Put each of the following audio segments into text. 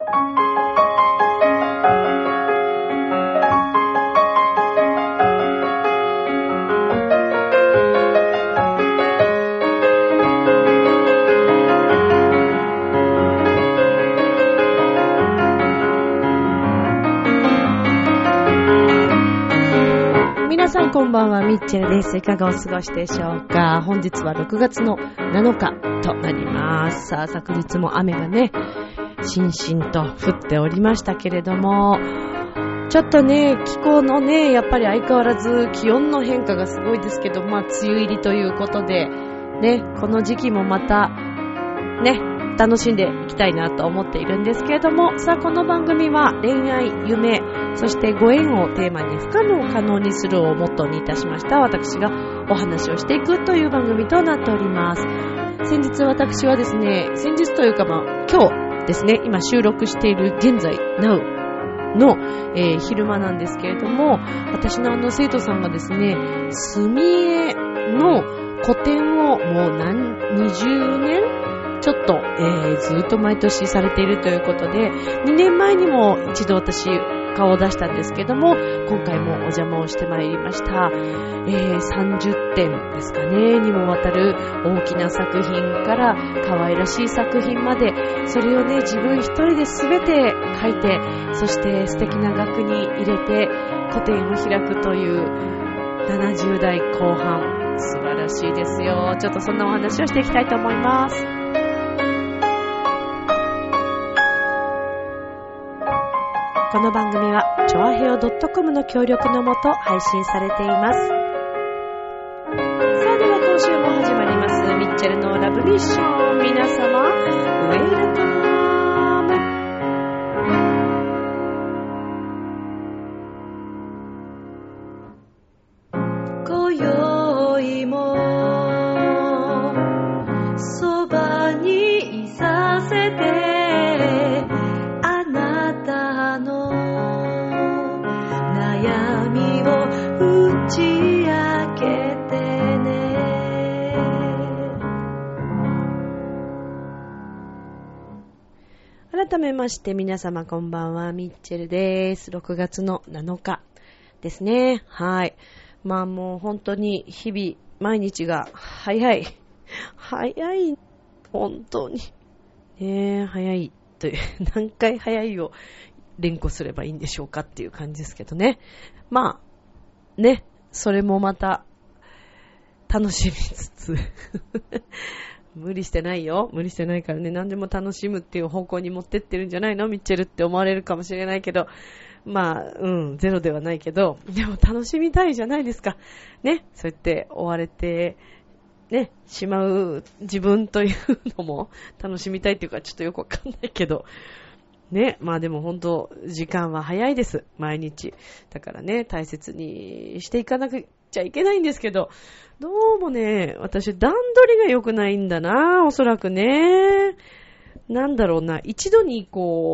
皆さんこんばんは、ミッチェルです。いかがお過ごしでしょうか。本日は6月の7日となります。さあ、昨日も雨がね、しんしんと降っておりましたけれども、ちょっとね、気候のね、やっぱり相変わらず気温の変化がすごいですけど、梅雨入りということで、ね、この時期もまた、ね、楽しんでいきたいなと思っているんですけれども、さあこの番組は恋愛、夢、そしてご縁をテーマに不可能を可能にするをモットーにいたしました私がお話をしていくという番組となっております。先日私はですね、先日というか今日ですね、今収録している現在 Now の、昼間なんですけれども、私の生徒さんがですね、墨絵の個展をもう20年ちょっと、ずっと毎年されているということで、2年前にも一度私顔を出したんですけども、今回もお邪魔をしてまいりました。30点ですかねにもわたる大きな作品から可愛らしい作品まで、それをね自分一人で全て書いて、そして素敵な額に入れて個展を開くという70代後半、素晴らしいですよ。ちょっとそんなお話をしていきたいと思います。この番組はチョアヘオ .com の協力のもと配信されています。さあでは今週も始まりますミッチェルのラブミッション。皆様ウェルカム。今宵もそばにいさせて、打ち明けてね。改めまして皆様こんばんは、ミッチェルです。6月の7日ですね。はい。もう本当に日々毎日が早い本当にね、早いという何回早いを連呼すればいいんでしょうかっていう感じですけどね。ね、それもまた楽しみつつ無理してないよ。無理してないからね、何でも楽しむっていう方向に持ってってるんじゃないのミッチェルって思われるかもしれないけど、ゼロではないけど、でも楽しみたいじゃないですかね。そうやって追われてねしまう自分というのも楽しみたいっていうか、ちょっとよくわかんないけどね、でも本当時間は早いです、毎日。だからね、大切にしていかなくちゃいけないんですけど、どうもね、私段取りが良くないんだな、おそらくね。なんだろうな、一度に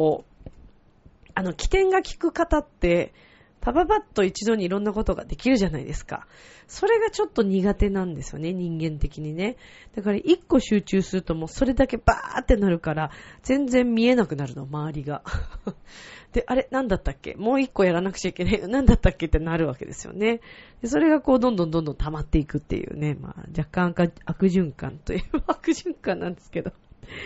起点が効く方ってパパッと一度にいろんなことができるじゃないですか。それがちょっと苦手なんですよね、人間的にね。だから一個集中するともうそれだけバーってなるから全然見えなくなるの、周りが。で、あれなんだったっけ、もう一個やらなくちゃいけない、なんだったっけってなるわけですよね。でそれがどんどん溜まっていくっていうね、若干悪循環という悪循環なんですけど。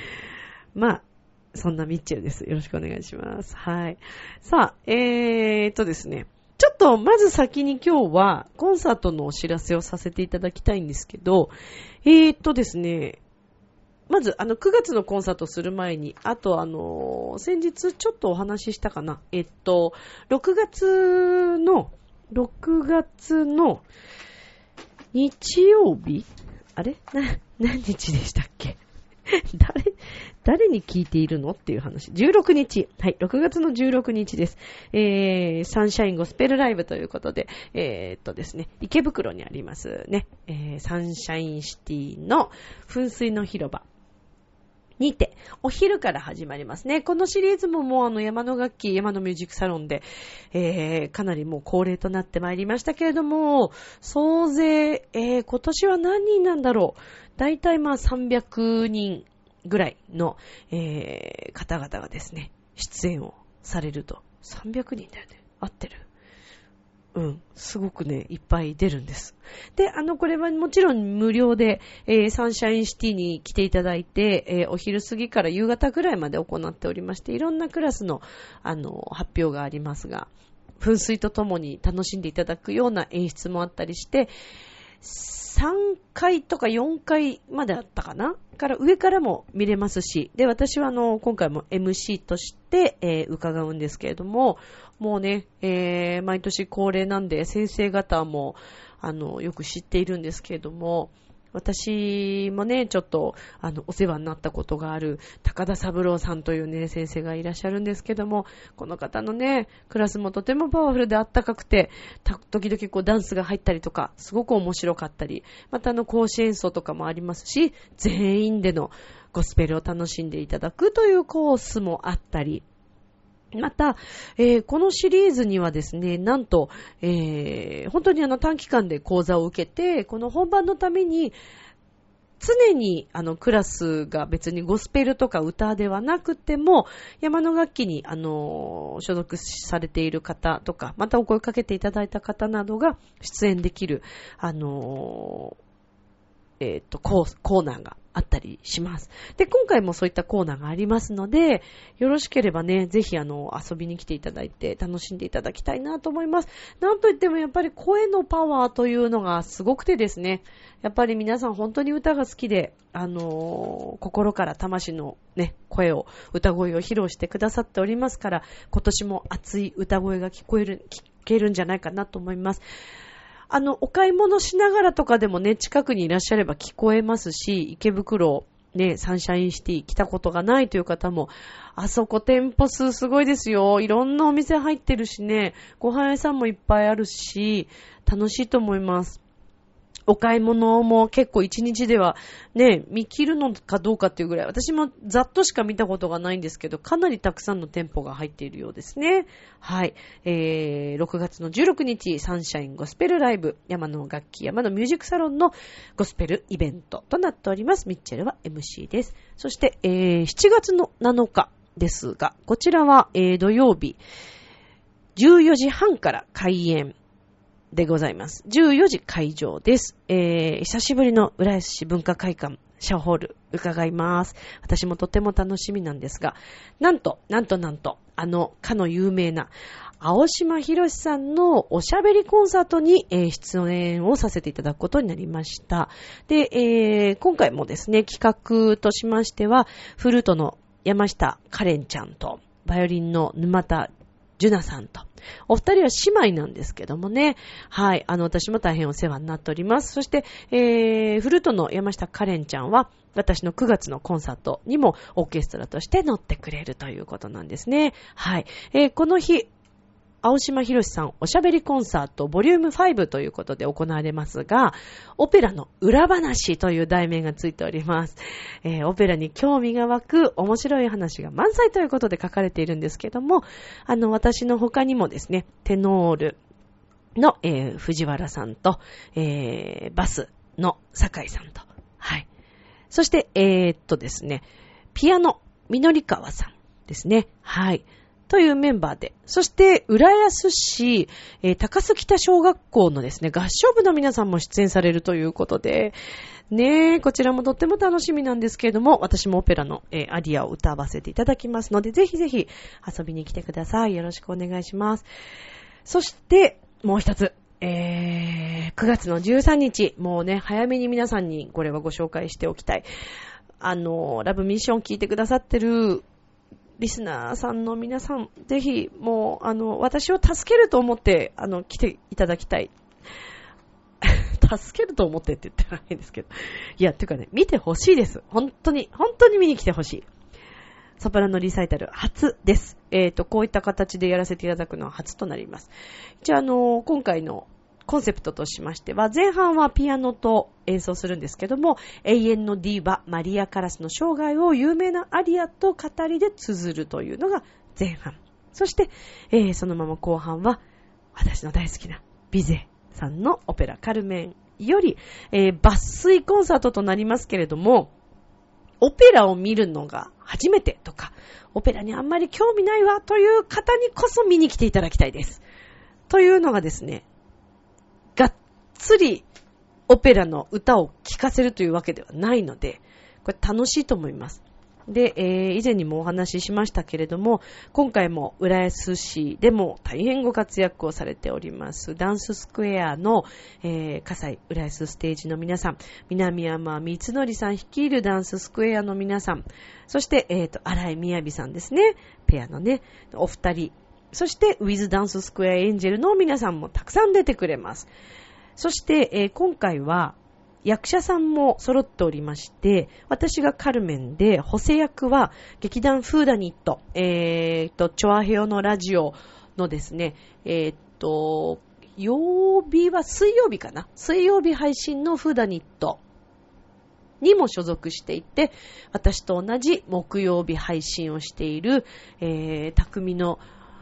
そんなミッチェルです。よろしくお願いします。はい。さあ、ですね。ちょっとまず先に今日はコンサートのお知らせをさせていただきたいんですけど、ですね。まず9月のコンサートする前に、あと先日ちょっとお話ししたかな。6月の日曜日？あれ？何日でしたっけ？誰に聞いているのっていう話。16日。はい、6月の16日です。サンシャインゴスペルライブということで、ですね、池袋にありますね、サンシャインシティの噴水の広場にて、お昼から始まりますね。このシリーズももう山の楽器、山のミュージックサロンで、かなりもう恒例となってまいりましたけれども、総勢、今年は何人なんだろう。だいたい300人ぐらいの、方々がですね、 出演をされると。300人だよね。合ってる？すごくね、いっぱい出るんです。で、これはもちろん無料で、サンシャインシティに来ていただいて、お昼過ぎから夕方ぐらいまで行っておりまして、いろんなクラスの、発表がありますが、噴水とともに楽しんでいただくような演出もあったりして、3階とか4階まであったかなから上からも見れますし、で、私は今回も MC として、伺うんですけれども、もうね、毎年恒例なんで先生方も、よく知っているんですけれども、私もね、ちょっと、お世話になったことがある、高田三郎さんというね、先生がいらっしゃるんですけども、この方のね、クラスもとてもパワフルであったかくて、時々こうダンスが入ったりとか、すごく面白かったり、また講師演奏とかもありますし、全員でのゴスペルを楽しんでいただくというコースもあったり、また、このシリーズにはですね、なんと、本当に短期間で講座を受けて、この本番のために、常にクラスが別にゴスペルとか歌ではなくても、山の楽器に所属されている方とか、またお声かけていただいた方などが出演できる、コーナーがあったりします。で、今回もそういったコーナーがありますので、よろしければね、ぜひ遊びに来ていただいて楽しんでいただきたいなと思います。なんといってもやっぱり声のパワーというのがすごくてですね、やっぱり皆さん本当に歌が好きで、心から魂のね、歌声を披露してくださっておりますから、今年も熱い歌声が聞けるんじゃないかなと思います。お買い物しながらとかでもね、近くにいらっしゃれば聞こえますし、池袋、ね、サンシャインシティ来たことがないという方も、あそこ店舗数すごいですよ。いろんなお店入ってるしね、ご飯屋さんもいっぱいあるし、楽しいと思います。お買い物も結構一日ではね、見切るのかどうかっていうぐらい、私もざっとしか見たことがないんですけど、かなりたくさんの店舗が入っているようですね。はい。6月の16日、サンシャインゴスペルライブ、山の楽器、山のミュージックサロンのゴスペルイベントとなっております。ミッチェルは MC です。そして、7月の7日ですが、こちらは、土曜日、14時半から開演でございます。14時会場です。久しぶりの浦安市文化会館シャホール伺います。私もとても楽しみなんですが、なんと、かの有名な青島博さんのおしゃべりコンサートに、出演をさせていただくことになりました。で、今回もですね、企画としましては、フルートの山下カレンちゃんと、バイオリンの沼田ジュナさんと、お二人は姉妹なんですけどもね。はい。私も大変お世話になっております。そして、フルートの山下カレンちゃんは、私の9月のコンサートにもオーケストラとして乗ってくれるということなんですね。はい。この日、青島博さんおしゃべりコンサートボリューム5ということで行われますが、オペラの裏話という題名がついております。オペラに興味が湧く面白い話が満載ということで書かれているんですけども、私の他にもですね、テノールの、藤原さんと、バスの酒井さんと、はい。そして、ですね、ピアノ、みのりかわさんですね。はい。というメンバーで、そして浦安市、高須北小学校のですね、合唱部の皆さんも出演されるということで、ね、こちらもとっても楽しみなんですけれども、私もオペラの、アリアを歌わせていただきますので、ぜひぜひ遊びに来てください。よろしくお願いします。そして、もう一つ。9月の13日、もうね、早めに皆さんにこれはご紹介しておきたい。ラブミッション聞いてくださってるリスナーさんの皆さん、ぜひ、もう、私を助けると思って、来ていただきたい。助けると思ってって言ってないんですけど。いや、てかね、見てほしいです。本当に見に来てほしい。ソプラノリサイタル初です。こういった形でやらせていただくのは初となります。じゃあ、今回のコンセプトとしましては、前半はピアノと演奏するんですけども、永遠のディーバマリア・カラスの生涯を有名なアリアと語りで綴るというのが前半。そして、そのまま後半は私の大好きなビゼさんのオペラカルメンより、抜粋コンサートとなりますけれども、オペラを見るのが初めてとか、オペラにあんまり興味ないわという方にこそ見に来ていただきたいです。というのがですね、がっつりオペラの歌を聴かせるというわけではないので、これ楽しいと思います。で、以前にもお話ししましたけれども、今回も浦安市でも大変ご活躍をされておりますダンススクエアの、葛西浦安ステージの皆さん、南山光則さん率いるダンススクエアの皆さん、そして、荒井みやびさんですね、ペアのね、お二人、そしてウィズダンススクエアエンジェルの皆さんもたくさん出てくれます。そして、今回は役者さんも揃っておりまして、私がカルメンで、ホセ役は劇団フーダニット、チョアヘオのラジオのですね、曜日は水曜日かな、水曜日配信のフーダニットにも所属していて、私と同じ木曜日配信をしている、匠の、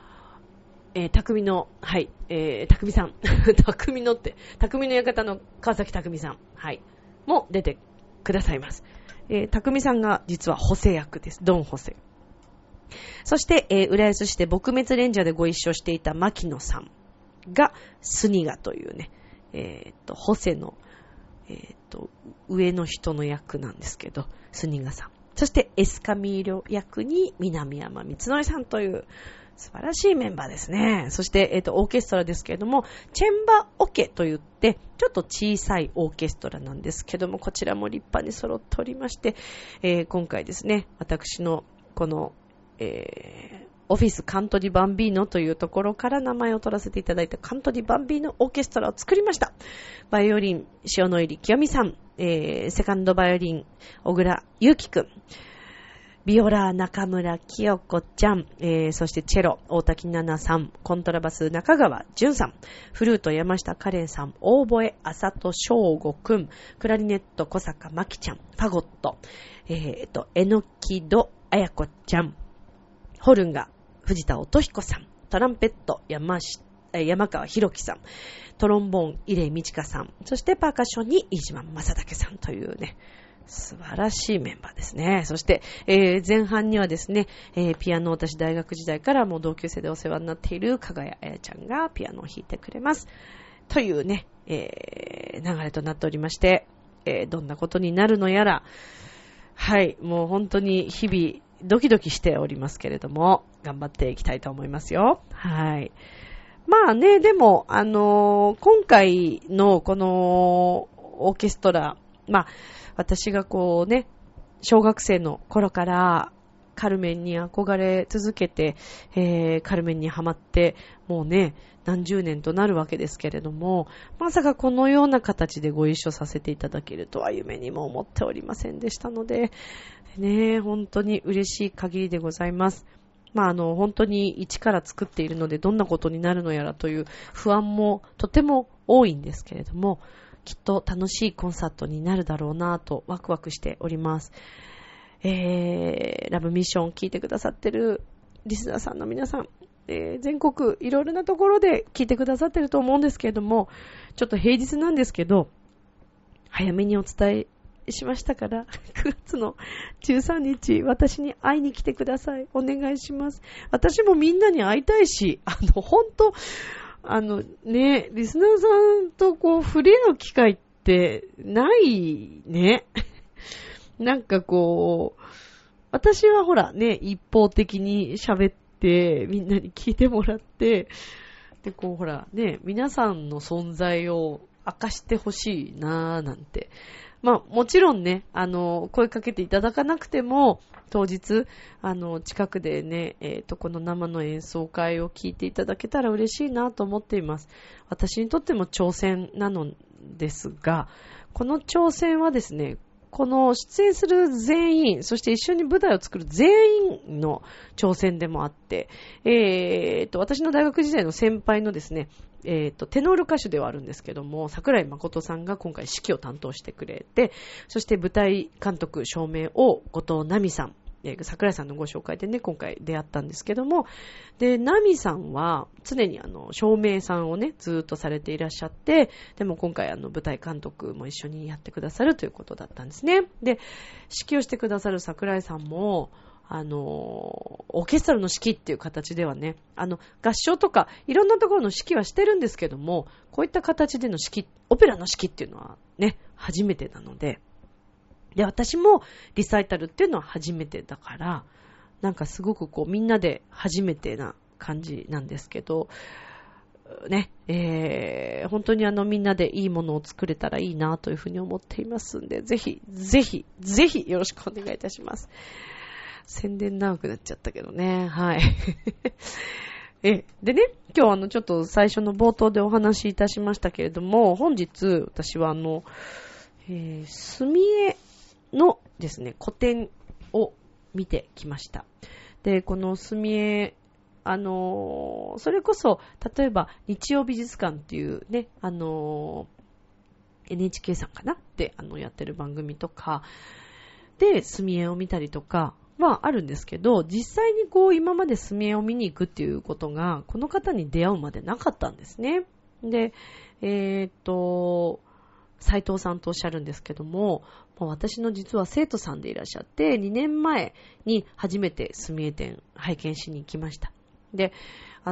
はい、匠さん。匠の館の川崎匠さん。はい。も出てくださいます。匠さんが実は補正役です。ドン補正。そして、浦安市で撲滅レンジャーでご一緒していた牧野さんがスニガというね、補正の、上の人の役なんですけど、スニガさん。そしてエスカミーリョ役に南山光則さんという素晴らしいメンバーですね。そして、オーケストラですけれども、チェンバオケといって、ちょっと小さいオーケストラなんですけども、こちらも立派に揃っておりまして、今回ですね、私のこの、オフィスカントリバンビーノというところから名前を取らせていただいたカントリバンビーノオーケストラを作りました。バイオリン、塩野入清美さん、セカンドバイオリン、小倉祐樹くん、ビオラ中村清子ちゃん、そしてチェロ大滝奈々さん、コントラバス中川淳さん、フルート山下カレンさん、オーボエ浅戸翔吾くん、クラリネット小坂真希ちゃん、ファゴット、えのきどあやこちゃん、ホルンが藤田音彦さん、トランペット山川博樹さん、トロンボーン伊礼美智香さん、そしてパーカッションに飯島正武さんというね、素晴らしいメンバーですね。そして、前半にはですね、ピアノを私大学時代からもう同級生でお世話になっている加賀谷彩ちゃんがピアノを弾いてくれます。というね、流れとなっておりまして、どんなことになるのやら、はい、もう本当に日々ドキドキしておりますけれども、頑張っていきたいと思いますよ。はい。まあね、でも、今回のこのオーケストラ、まあ、私がこうね、小学生の頃からカルメンに憧れ続けて、カルメンにハマって、もうね、何十年となるわけですけれども、まさかこのような形でご一緒させていただけるとは夢にも思っておりませんでしたので、ね、本当に嬉しい限りでございます。まあ本当に一から作っているので、どんなことになるのやらという不安もとても多いんですけれども、きっと楽しいコンサートになるだろうなぁとワクワクしております。ラブミッション聞いてくださってるリスナーさんの皆さん、全国いろいろなところで聞いてくださってると思うんですけれども、ちょっと平日なんですけど、早めにお伝えしましたから9月の13日私に会いに来てください。お願いします。私もみんなに会いたいし、本当ね、リスナーさんとこう触れ合う機会ってないね。なんかこう、私はほらね、一方的に喋ってみんなに聞いてもらって、でこうほらね、皆さんの存在を明かしてほしいなーなんて。まあもちろんね、声かけていただかなくても、当日、近くでね、この生の演奏会を聞いていただけたら嬉しいなと思っています。私にとっても挑戦なのですが、この挑戦はですね、この出演する全員、そして一緒に舞台を作る全員の挑戦でもあって、私の大学時代の先輩のですね、テノール歌手ではあるんですけども、桜井誠さんが今回指揮を担当してくれて、そして舞台監督照明を後藤奈美さん、桜井さんのご紹介でね、今回出会ったんですけども、で、奈美さんは常に照明さんをね、ずっとされていらっしゃって、でも今回舞台監督も一緒にやってくださるということだったんですね。で、指揮をしてくださる桜井さんも、 オーケストラの指揮っていう形ではね、合唱とかいろんなところの指揮はしてるんですけども、こういった形での指揮、オペラの指揮っていうのはね、初めてなので、で、私もリサイタルっていうのは初めてだから、なんかすごくこうみんなで初めてな感じなんですけど、ね、本当にみんなでいいものを作れたらいいなというふうに思っていますんで、ぜひ、ぜひ、ぜひよろしくお願いいたします。宣伝長くなっちゃったけどね。はい。でね、今日ちょっと最初の冒頭でお話しいたしましたけれども、本日私は墨絵のですね、個展を見てきました。で、この墨絵、それこそ、例えば日曜美術館っていうね、NHK さんかなってやってる番組とかで墨絵を見たりとかはあるんですけど、実際にこう今まで墨絵を見に行くっていうことがこの方に出会うまでなかったんですね。で、斉藤さんとおっしゃるんですけども、私の実は生徒さんでいらっしゃって、2年前に初めて墨絵展拝見しに行きました。で、こ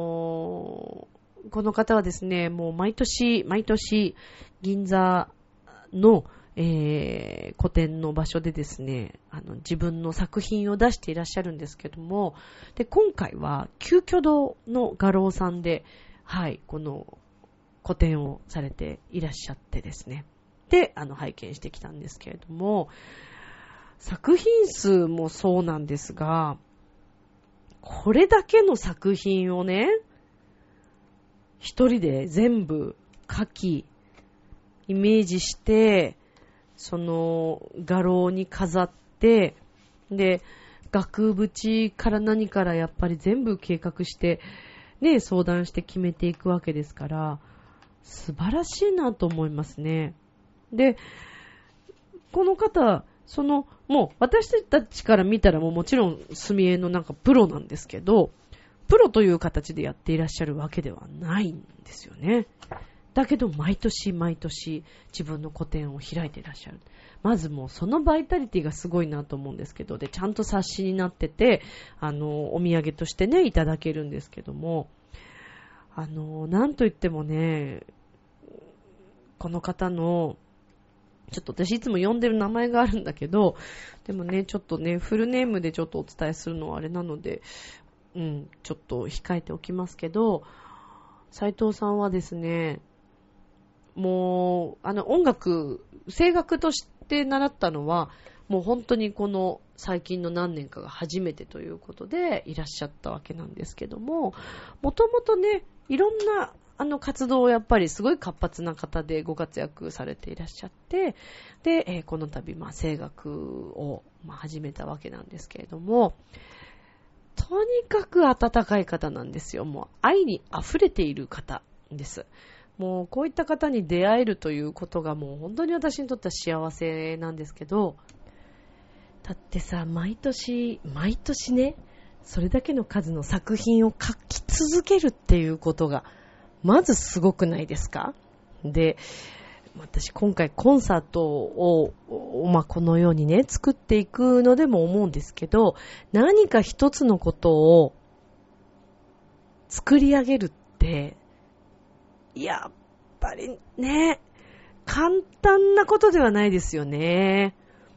の方はですね、もう毎年銀座の、個展の場所でですね、自分の作品を出していらっしゃるんですけども、で、今回は旧居堂の画廊さんで、はい、この個展をされていらっしゃってですね。で、拝見してきたんですけれども、作品数もそうなんですが、これだけの作品をね、一人で全部描き、イメージして、その画廊に飾って、で、額縁から何からやっぱり全部計画して、ね、相談して決めていくわけですから、素晴らしいなと思いますね。で、この方、もう私たちから見たらもちろん墨絵のなんかプロなんですけど、プロという形でやっていらっしゃるわけではないんですよね。だけど毎年毎年自分の個展を開いていらっしゃる。まずもうそのバイタリティがすごいなと思うんですけど、で、ちゃんと冊子になってて、お土産としてね、いただけるんですけども、なんといってもね、この方の、ちょっと私いつも呼んでる名前があるんだけど、でもね、ちょっとね、フルネームでちょっとお伝えするのはあれなので、ちょっと控えておきますけど、斉藤さんはですね、もう、音楽、声楽として習ったのは、もう本当にこの最近の何年かが初めてということでいらっしゃったわけなんですけども、もともとね、いろんな活動をやっぱりすごい活発な方でご活躍されていらっしゃって、で、この度、声楽を、始めたわけなんですけれども、とにかく温かい方なんですよ。もう愛に溢れている方です。もうこういった方に出会えるということがもう本当に私にとっては幸せなんですけど、だってさ、毎年ね、それだけの数の作品を書き続けるっていうことがまずすごくないですか？で、私今回コンサートを、このようにね、作っていくのでも思うんですけど、何か一つのことを作り上げるって、やっぱりね、簡単なことではないですよね。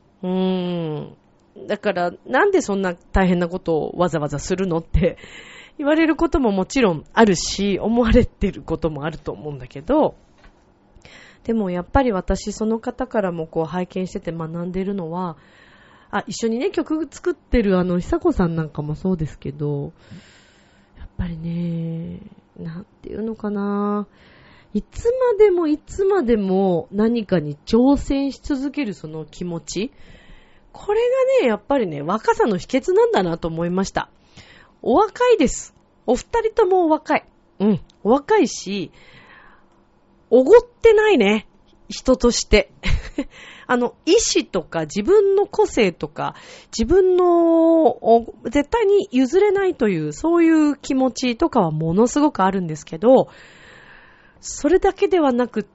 だから、なんでそんな大変なことをわざわざするのって言われることももちろんあるし、思われてることもあると思うんだけど、でもやっぱり私その方からもこう拝見してて学んでるのは、一緒にね曲作ってる久子さんなんかもそうですけど、やっぱりね、なんていうのかな、いつまでも何かに挑戦し続けるその気持ち、これがね、やっぱりね、若さの秘訣なんだなと思いました。お若いです。お二人ともお若い。お若いし、おごってないね。人として。意志とか自分の個性とか、自分の絶対に譲れないという、そういう気持ちとかはものすごくあるんですけど、それだけではなくって、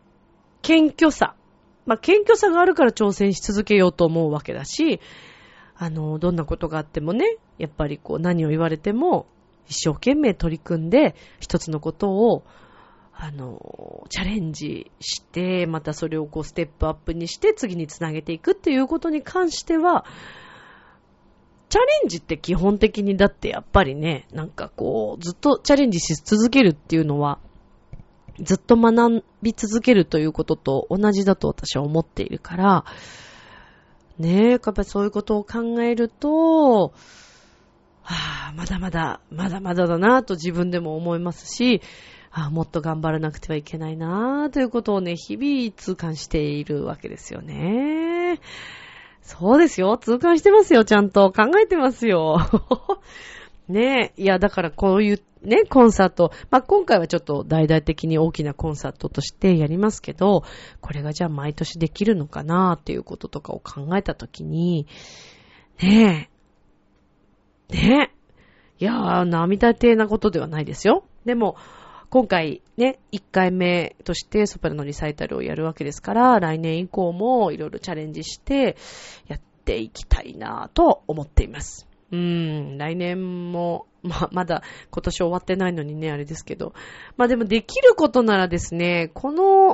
謙虚さ。謙虚さがあるから挑戦し続けようと思うわけだし、 どんなことがあってもね、やっぱりこう何を言われても一生懸命取り組んで一つのことをチャレンジして、またそれをこうステップアップにして次につなげていくっていうことに関しては、チャレンジって基本的にだってやっぱりね、なんかこうずっとチャレンジし続けるっていうのは、ずっと学び続けるということと同じだと私は思っているから、ねえ、やっぱりそういうことを考えると、まだまだだなと自分でも思いますし、もっと頑張らなくてはいけないなということをね、日々痛感しているわけですよね。そうですよ。痛感してますよ。ちゃんと考えてますよ。ねえ。いや、だからこういうね、コンサート。今回はちょっと大々的に大きなコンサートとしてやりますけど、これがじゃあ毎年できるのかなっていうこととかを考えたときに、ねえ。いやー、涙てなことではないですよ。でも、今回ね、1回目としてソプラノリサイタルをやるわけですから、来年以降もいろいろチャレンジしてやっていきたいなと思っています。来年も、まだ今年終わってないのにね、あれですけど。でもできることならですね、この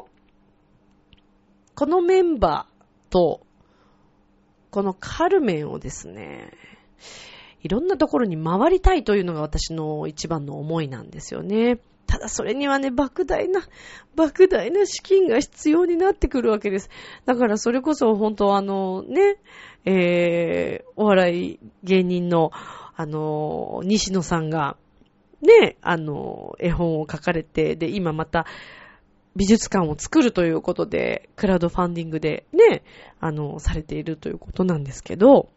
メンバーと、このカルメンをですね、いろんなところに回りたいというのが私の一番の思いなんですよね。ただそれにはね、莫大な資金が必要になってくるわけです。だからそれこそ本当お笑い芸人の西野さんがね、絵本を書かれて、で、今また美術館を作るということで、クラウドファンディングでね、されているということなんですけど、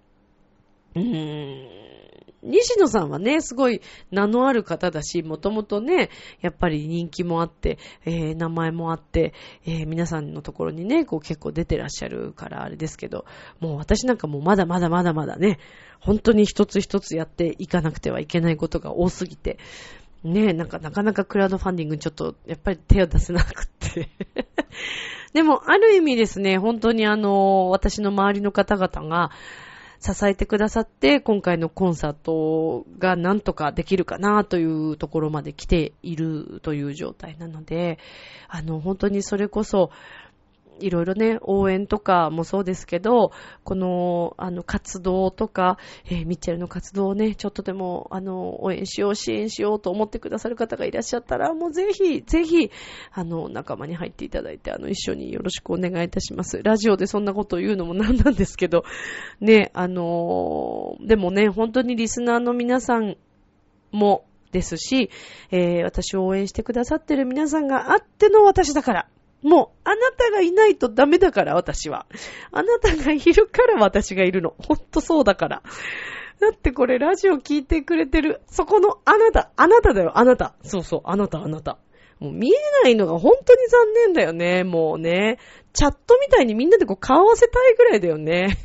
西野さんはね、すごい名のある方だし、もともとね、やっぱり人気もあって、名前もあって、皆さんのところにね、こう結構出てらっしゃるからあれですけど、もう私なんかもうまだまだね、本当に一つ一つやっていかなくてはいけないことが多すぎて、ね、なかなかクラウドファンディングちょっとやっぱり手を出せなくってでもある意味ですね、本当に私の周りの方々が支えてくださって、今回のコンサートがなんとかできるかなというところまで来ているという状態なので、本当にそれこそいろいろね、応援とかもそうですけど、この、活動とか、ミッチェルの活動をね、ちょっとでも、応援しよう、支援しようと思ってくださる方がいらっしゃったら、もうぜひ、仲間に入っていただいて、一緒によろしくお願いいたします。ラジオでそんなことを言うのもなんなんですけど、ね、でもね、本当にリスナーの皆さんもですし、私を応援してくださってる皆さんがあっての私だから、もう、あなたがいないとダメだから、私は。あなたがいるから私がいるの。ほんとそうだから。だってこれラジオ聞いてくれてる、そこのあなただよ、あなた。そうそう、あなた。もう見えないのが本当に残念だよね、もうね。チャットみたいにみんなでこう顔合わせたいぐらいだよね。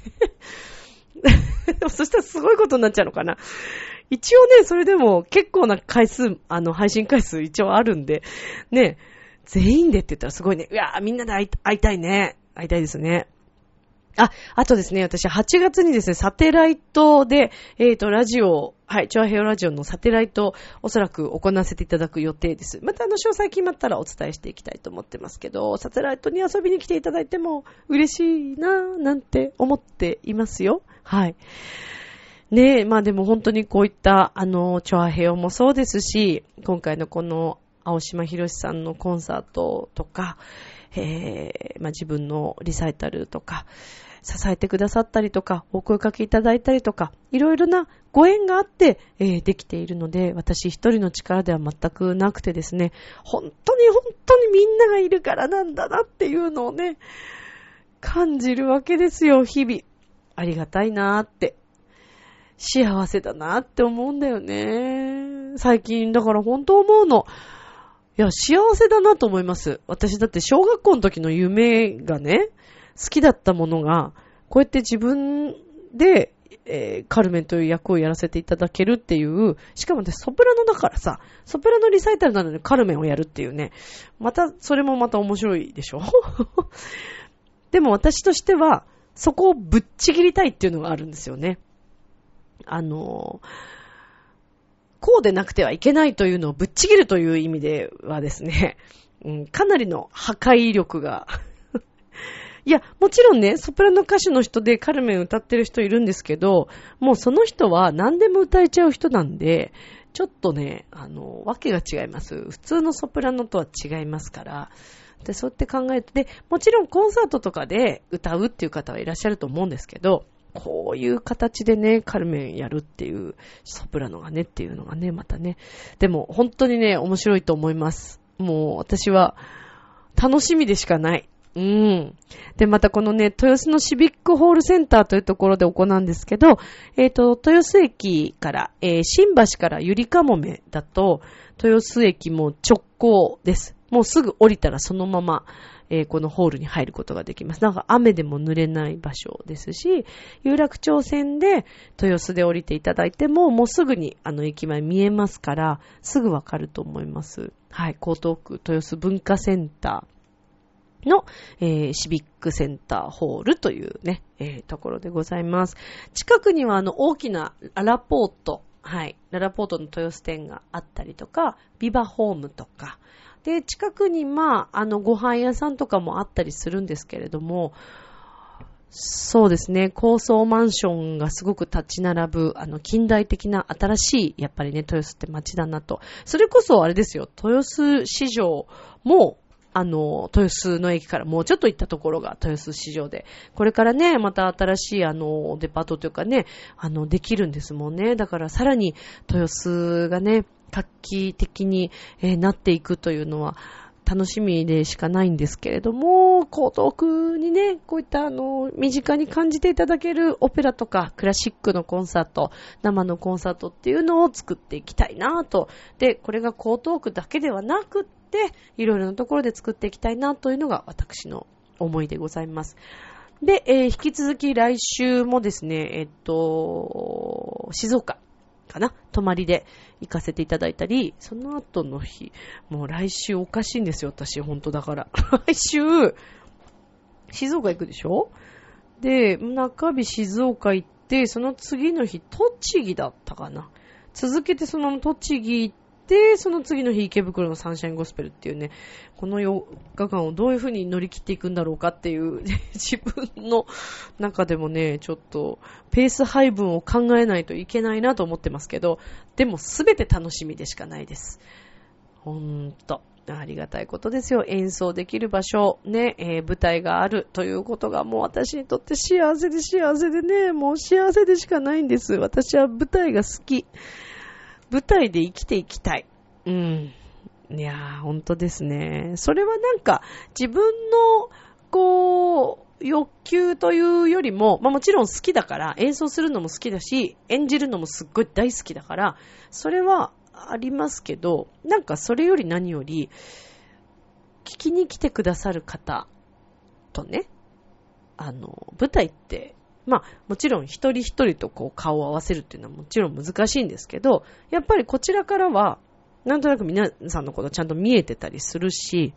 そしたらすごいことになっちゃうのかな。一応ね、それでも結構な回数、配信回数一応あるんで、ね、全員でって言ったらすごいね。いやー、みんなで会いたいね。会いたいですね。あとですね、私8月にですね、サテライトで、ラジオ、はい、チョアヘオラジオのサテライト、おそらく行わせていただく予定です。また詳細決まったらお伝えしていきたいと思ってますけど、サテライトに遊びに来ていただいても嬉しいなぁ、なんて思っていますよ。はい。ねえ、でも本当にこういった、チョアヘオもそうですし、今回のこの、青島博さんのコンサートとか、自分のリサイタルとか、支えてくださったりとか、お声かけいただいたりとか、いろいろなご縁があって、できているので、私一人の力では全くなくてですね、本当にみんながいるからなんだなっていうのをね、感じるわけですよ、日々。ありがたいなーって。幸せだなーって思うんだよね。最近、だから本当思うの。いや、幸せだなと思います。私だって小学校の時の夢がね、好きだったものが、こうやって自分で、カルメンという役をやらせていただけるっていう、しかもね、ソプラノだからさ、ソプラノリサイタルなのでカルメンをやるっていうね、それもまた面白いでしょでも私としては、 そこをぶっちぎりたいっていうのがあるんですよね。こうでなくてはいけないというのをぶっちぎるという意味ではですね、かなりの破壊力がいや、もちろんね、ソプラノ歌手の人でカルメン歌ってる人いるんですけど、もうその人は何でも歌えちゃう人なんで、ちょっとね、わけが違います。普通のソプラノとは違いますから。で、そうやって考えて、で、もちろんコンサートとかで歌うっていう方はいらっしゃると思うんですけど、こういう形でね、カルメンやるっていうソプラノがねっていうのがね、またね。でも本当にね、面白いと思います。もう私は楽しみでしかない。で、またこのね、豊洲のシビックホールセンターというところで行うんですけど、豊洲駅から、新橋からゆりかもめだと、豊洲駅も直行です。もうすぐ降りたらそのまま、このホールに入ることができます。だから雨でも濡れない場所ですし、有楽町線で豊洲で降りていただいても、もうすぐに駅前見えますから、すぐわかると思います。はい、江東区豊洲文化センターの、シビックセンターホールというね、ところでございます。近くには大きなララポート、はい、ララポートの豊洲店があったりとか、ビバホームとか、で、近くにご飯屋さんとかもあったりするんですけれども、そうですね、高層マンションがすごく立ち並ぶ、近代的な新しい、やっぱりね、豊洲って街だなと。それこそあれですよ、豊洲市場も、豊洲の駅からもうちょっと行ったところが豊洲市場で、これからね、また新しいデパートというかね、できるんですもんね。だからさらに豊洲がね、画期的に、なっていくというのは楽しみでしかないんですけれども、江東区にね、こういった身近に感じていただけるオペラとかクラシックのコンサート、生のコンサートっていうのを作っていきたいなと。で、これが江東区だけではなくって、いろいろなところで作っていきたいなというのが私の思いでございます。で、引き続き来週もですね、静岡かな、泊まりで行かせていただいたり、その後の日、もう来週おかしいんですよ、私、本当だから。来週、静岡行くでしょ？で、中日静岡行って、その次の日、栃木だったかな。続けてその栃木行って、その次の日池袋のサンシャインゴスペルっていうね、この4日間をどういう風に乗り切っていくんだろうかっていう自分の中でもね、ちょっとペース配分を考えないといけないなと思ってますけど、でもすべて楽しみでしかないです。ほんとありがたいことですよ。演奏できる場所ね、舞台があるということがもう私にとって幸せでね、もう幸せでしかないんです。私は舞台が好き。舞台で生きていきたい。いやー、本当ですね。それはなんか、自分の、欲求というよりも、もちろん好きだから、演奏するのも好きだし、演じるのもすっごい大好きだから、それはありますけど、なんかそれより何より、聞きに来てくださる方とね、舞台って、もちろん一人一人と顔を合わせるっていうのはもちろん難しいんですけど、やっぱりこちらからは、なんとなく皆さんのことちゃんと見えてたりするし、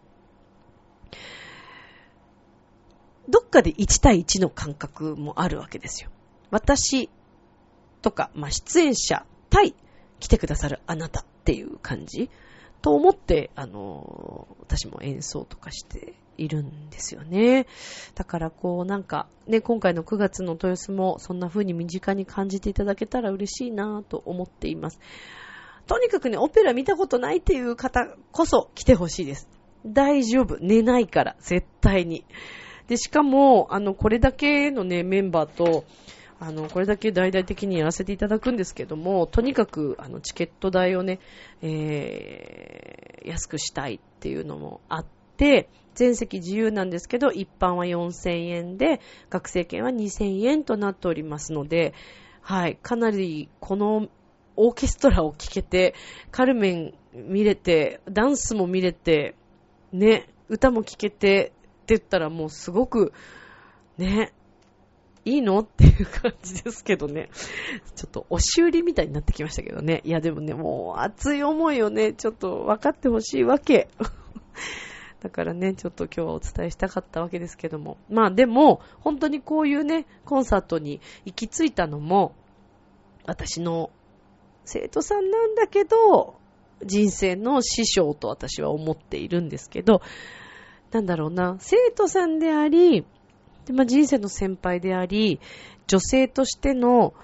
どっかで1対1の感覚もあるわけですよ。私とか、出演者対来てくださるあなたっていう感じと思って、私も演奏とかしているんですよね。だからなんかね、今回の9月の豊洲もそんな風に身近に感じていただけたら嬉しいなと思っています。とにかくね、オペラ見たことないっていう方こそ来てほしいです。大丈夫。寝ないから、絶対に。で、しかも、これだけのね、メンバーと、これだけ大々的にやらせていただくんですけども、とにかく、チケット代をね、安くしたいっていうのもあって、全席自由なんですけど、一般は4000円で、学生券は2000円となっておりますので、はい、かなりこのオーケストラを聴けて、カルメン見れて、ダンスも見れて、ね、歌も聴けてって言ったらもうすごく、ね、いいのっていう感じですけどね。ちょっと押し売りみたいになってきましたけどね。いやでもね、もう熱い思いをね、ちょっと分かってほしいわけ。 だからね、ちょっと今日はお伝えしたかったわけですけども。まあでも、本当にこういうね、コンサートに行き着いたのも、私の生徒さんなんだけど、人生の師匠と私は思っているんですけど、なんだろうな、生徒さんであり、で人生の先輩であり、女性としての、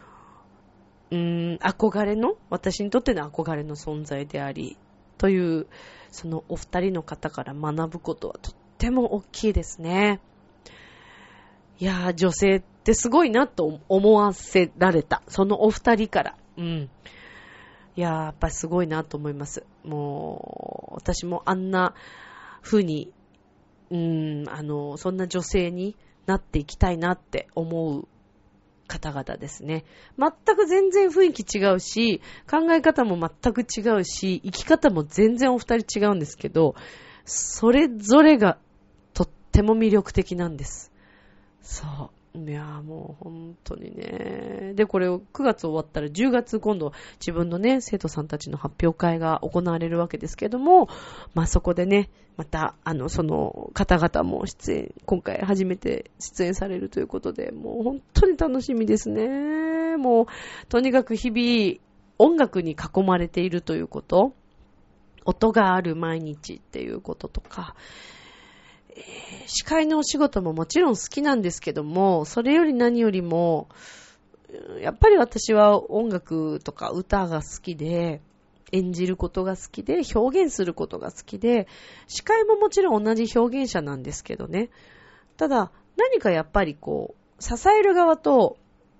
憧れの、私にとっての憧れの存在であり、という、そのお二人の方から学ぶことはとっても大きいですね。いやー、女性ってすごいなと思わせられた。そのお二人から。いやー、やっぱりすごいなと思います。もう、私もあんな風に、そんな女性になっていきたいなって思う方々ですね。全く全然雰囲気違うし、考え方も全く違うし、生き方も全然お二人違うんですけど、それぞれがとっても魅力的なんです。そう。いやーもう本当にね。で、これを9月終わったら10月今度自分のね、生徒さんたちの発表会が行われるわけですけども、まあそこでね、また、その方々も今回初めて出演されるということで、もう本当に楽しみですね。もう、とにかく日々音楽に囲まれているということ、音がある毎日っていうこととか、司会のお仕事ももちろん好きなんですけども、それより何よりも、やっぱり私は音楽とか歌が好きで、演じることが好きで、表現することが好きで、司会ももちろん同じ表現者なんですけどね。ただ、何かやっぱりこう、支える側と、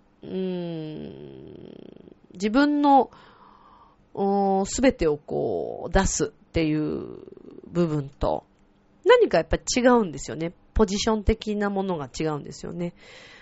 自分のすべてをこう出すっていう部分と、何かやっぱり違うんですよね。ポジション的なものが違うんですよね。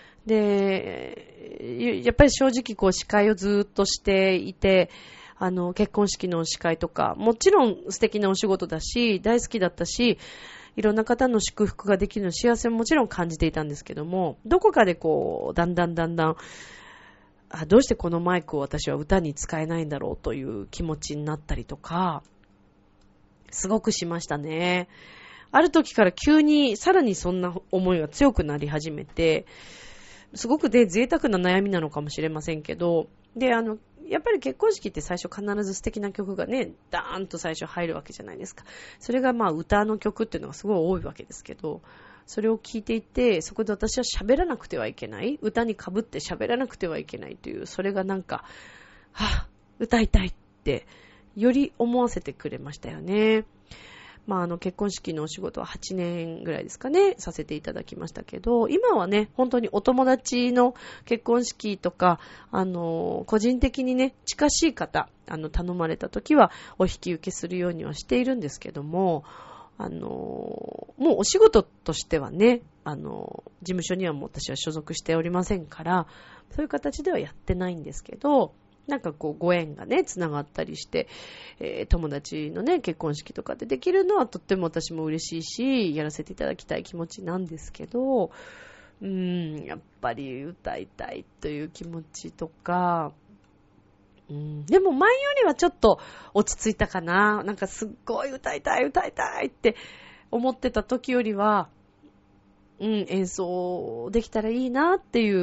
で、やっぱり正直こう司会をずっとしていて、結婚式の司会とか、もちろん素敵なお仕事だし、大好きだったし、いろんな方の祝福ができるの幸せももちろん感じていたんですけども、どこかでこう、だんだん、どうしてこのマイクを私は歌に使えないんだろうという気持ちになったりとか、すごくしましたね。ある時から急にさらにそんな思いが強くなり始めて、すごく贅沢な悩みなのかもしれませんけど、で、やっぱり結婚式って最初必ず素敵な曲がね、ダーンと最初入るわけじゃないですか。それがまあ歌の曲っていうのがすごい多いわけですけど、それを聞いていて、そこで私は喋らなくてはいけない。歌に被って喋らなくてはいけないという、それがなんか、歌いたいって、より思わせてくれましたよね。まあ結婚式のお仕事は8年ぐらいですかね、させていただきましたけど、今はね、本当にお友達の結婚式とか、個人的にね、近しい方、頼まれた時はお引き受けするようにはしているんですけども、もうお仕事としてはね、事務所にはもう私は所属しておりませんから、そういう形ではやってないんですけど、なんかこうご縁がね、つながったりして、友達のね、結婚式とかでできるのはとっても私も嬉しいし、やらせていただきたい気持ちなんですけど、やっぱり歌いたいという気持ちとか、でも前よりはちょっと落ち着いたかな。なんかすっごい歌いたいって思ってた時よりは、演奏できたらいいなっていう、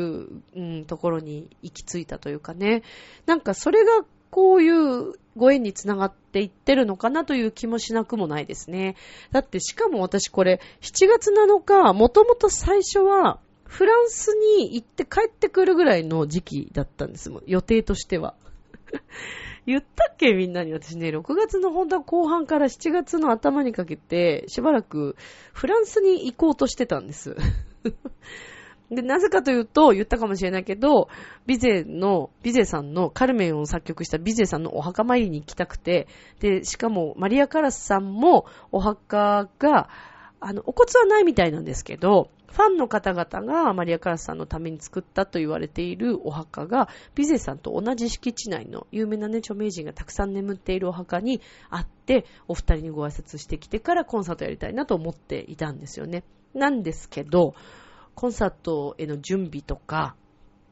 ところに行き着いたというかね。なんかそれがこういうご縁につながっていってるのかなという気もしなくもないですね。だってしかも私これ7月7日、もともと最初はフランスに行って帰ってくるぐらいの時期だったんです。予定としては。言ったっけみんなに。私ね、6月の本当は後半から7月の頭にかけてしばらくフランスに行こうとしてたんです。で、なぜかというと、言ったかもしれないけど、ビゼさんの、カルメンを作曲したビゼさんのお墓参りに行きたくて、で、しかもマリア・カラスさんもお墓が、お骨はないみたいなんですけど、ファンの方々がマリア・カラスさんのために作ったと言われているお墓が、ビゼさんと同じ敷地内の有名なね、著名人がたくさん眠っているお墓にあって、お二人にご挨拶してきてからコンサートやりたいなと思っていたんですよね。なんですけど、コンサートへの準備とか、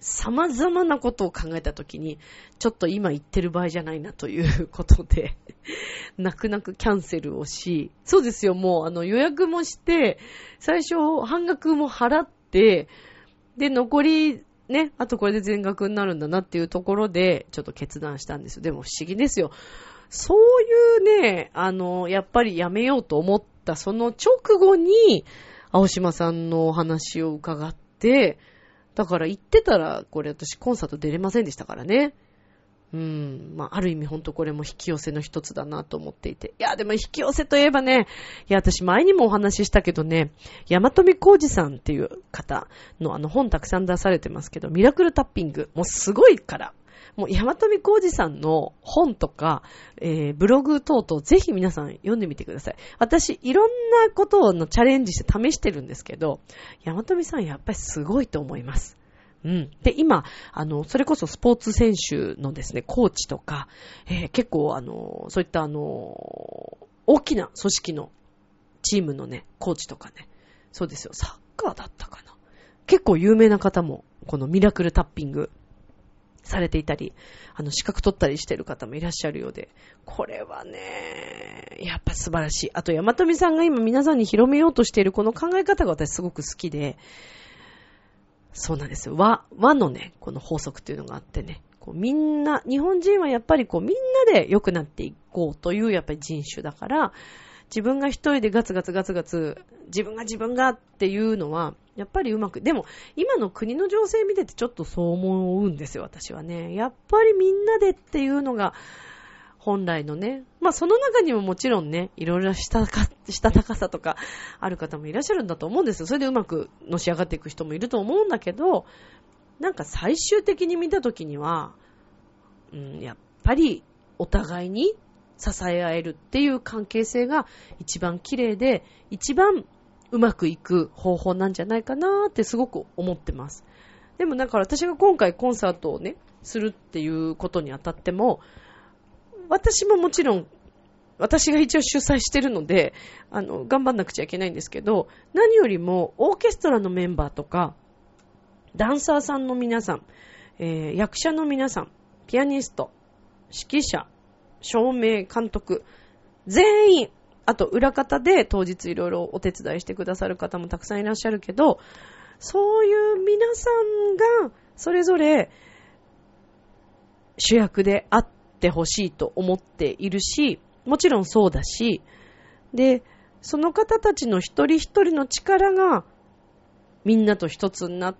様々なことを考えたときに、ちょっと今言ってる場合じゃないなということで、泣く泣くキャンセルをし、そうですよ、もう予約もして、最初半額も払って、で、残り、ね、あとこれで全額になるんだなっていうところで、ちょっと決断したんですよ。でも不思議ですよ。そういうね、やっぱりやめようと思ったその直後に、青島さんのお話を伺って、だから言ってたら、これ私コンサート出れませんでしたからね。まあ、ある意味ほんとこれも引き寄せの一つだなと思っていて。いや、でも引き寄せといえばね、いや、私前にもお話ししたけどね、山富浩二さんっていう方の本たくさん出されてますけど、ミラクルタッピング、もうすごいから。もう山富浩二さんの本とか、ブログ等々ぜひ皆さん読んでみてください。私いろんなことのチャレンジして試してるんですけど、山富さんやっぱりすごいと思います。で、今、それこそスポーツ選手のですね、コーチとか、結構そういった大きな組織のチームのね、コーチとかね、そうですよ、サッカーだったかな。結構有名な方も、このミラクルタッピング、されていたり、資格取ったりしてる方もいらっしゃるようで、これはね、やっぱ素晴らしい。あと、山富さんが今皆さんに広めようとしているこの考え方が私すごく好きで、そうなんですよ。和のね、この法則っていうのがあってね、こうみんな、日本人はやっぱりこうみんなで良くなっていこうというやっぱり人種だから、自分が一人でガツガツ、自分がっていうのは、やっぱりうまく、でも今の国の情勢見ててちょっとそう思うんですよ、私はね。やっぱりみんなでっていうのが、本来のね、まあその中にももちろんね、いろいろしたたかさとかある方もいらっしゃるんだと思うんですよ。それでうまくのし上がっていく人もいると思うんだけど、なんか最終的に見たときには、やっぱりお互いに支え合えるっていう関係性が一番綺麗で、一番うまくいく方法なんじゃないかなってすごく思ってます。でもだから私が今回コンサートをね、するっていうことにあたっても、私ももちろん、私が一応主催してるので、頑張んなくちゃいけないんですけど、何よりもオーケストラのメンバーとか、ダンサーさんの皆さん、役者の皆さん、ピアニスト、指揮者、照明、監督、全員、あと裏方で当日いろいろお手伝いしてくださる方もたくさんいらっしゃるけど、そういう皆さんがそれぞれ主役であってほしいと思っているし、もちろんそうだし、で、その方たちの一人一人の力がみんなと一つになって、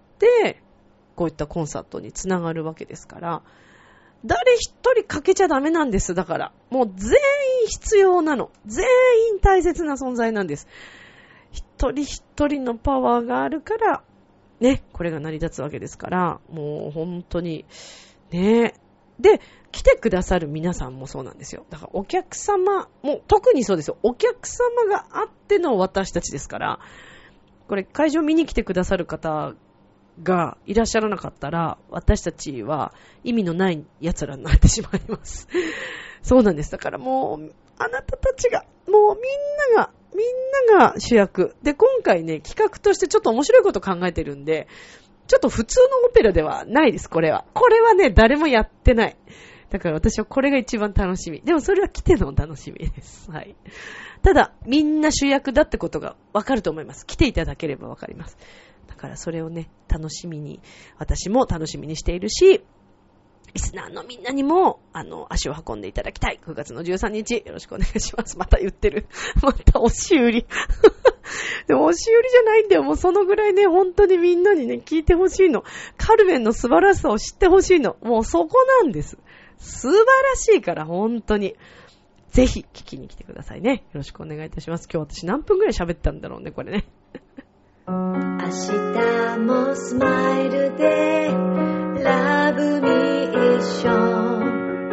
こういったコンサートにつながるわけですから、誰一人欠けちゃダメなんです。だから、もう全員必要なの。全員大切な存在なんです。一人一人のパワーがあるから、ね、これが成り立つわけですから、もう本当に、ね。で、来てくださる皆さんもそうなんですよ。だからお客様、もう特にそうですよ。お客様があっての私たちですから、これ会場見に来てくださる方がいらっしゃらなかったら、私たちは意味のない奴らになってしまいます。そうなんです。だからもう、あなたたちが、もうみんなが主役。で、今回ね、企画としてちょっと面白いこと考えてるんで、ちょっと普通のオペラではないです、これは。これはね、誰もやってない。だから私はこれが一番楽しみ。でもそれは来ての楽しみです。はい。ただ、みんな主役だってことがわかると思います。来ていただければわかります。だからそれをね、私も楽しみにしているし、リスナーのみんなにも、足を運んでいただきたい。9月の13日、よろしくお願いします。また言ってる。また押し売り。でも押し売りじゃないんだよ。もうそのぐらいね、本当にみんなにね、聞いてほしいの。カルメンの素晴らしさを知ってほしいの。もうそこなんです。素晴らしいから、本当に。ぜひ、聞きに来てくださいね。よろしくお願いいたします。今日私何分ぐらい喋ったんだろうね、これね。 明日もスマイルでラブミッション、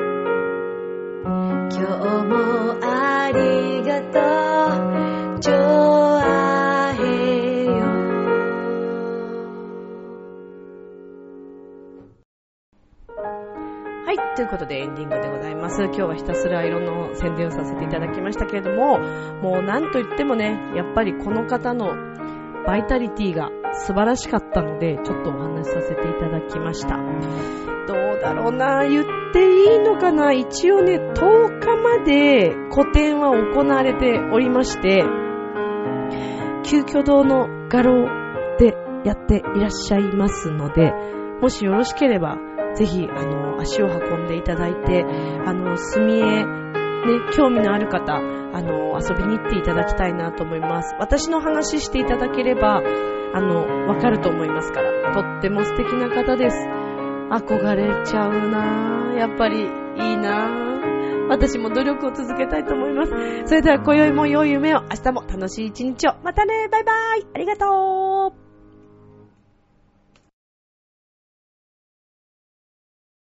今日もありがとうジョアヘヨ。 はい、ということでエンディングでございます。今日はひたすら色の宣伝をさせていただきましたけれども、もう何と言ってもね、やっぱりこの方のバイタリティが素晴らしかったので、ちょっとお話しさせていただきました。どうだろうな、言っていいのかな。一応ね、10日まで個展は行われておりまして、旧居堂の画廊でやっていらっしゃいますので、もしよろしければぜひ足を運んでいただいて、墨絵ね、興味のある方遊びに行っていただきたいなと思います。私の話していただければわかると思いますから。とっても素敵な方です。憧れちゃうな。やっぱりいいな。私も努力を続けたいと思います。それでは今宵も良い夢を、明日も楽しい一日を。またね、バイバイ。ありがとう。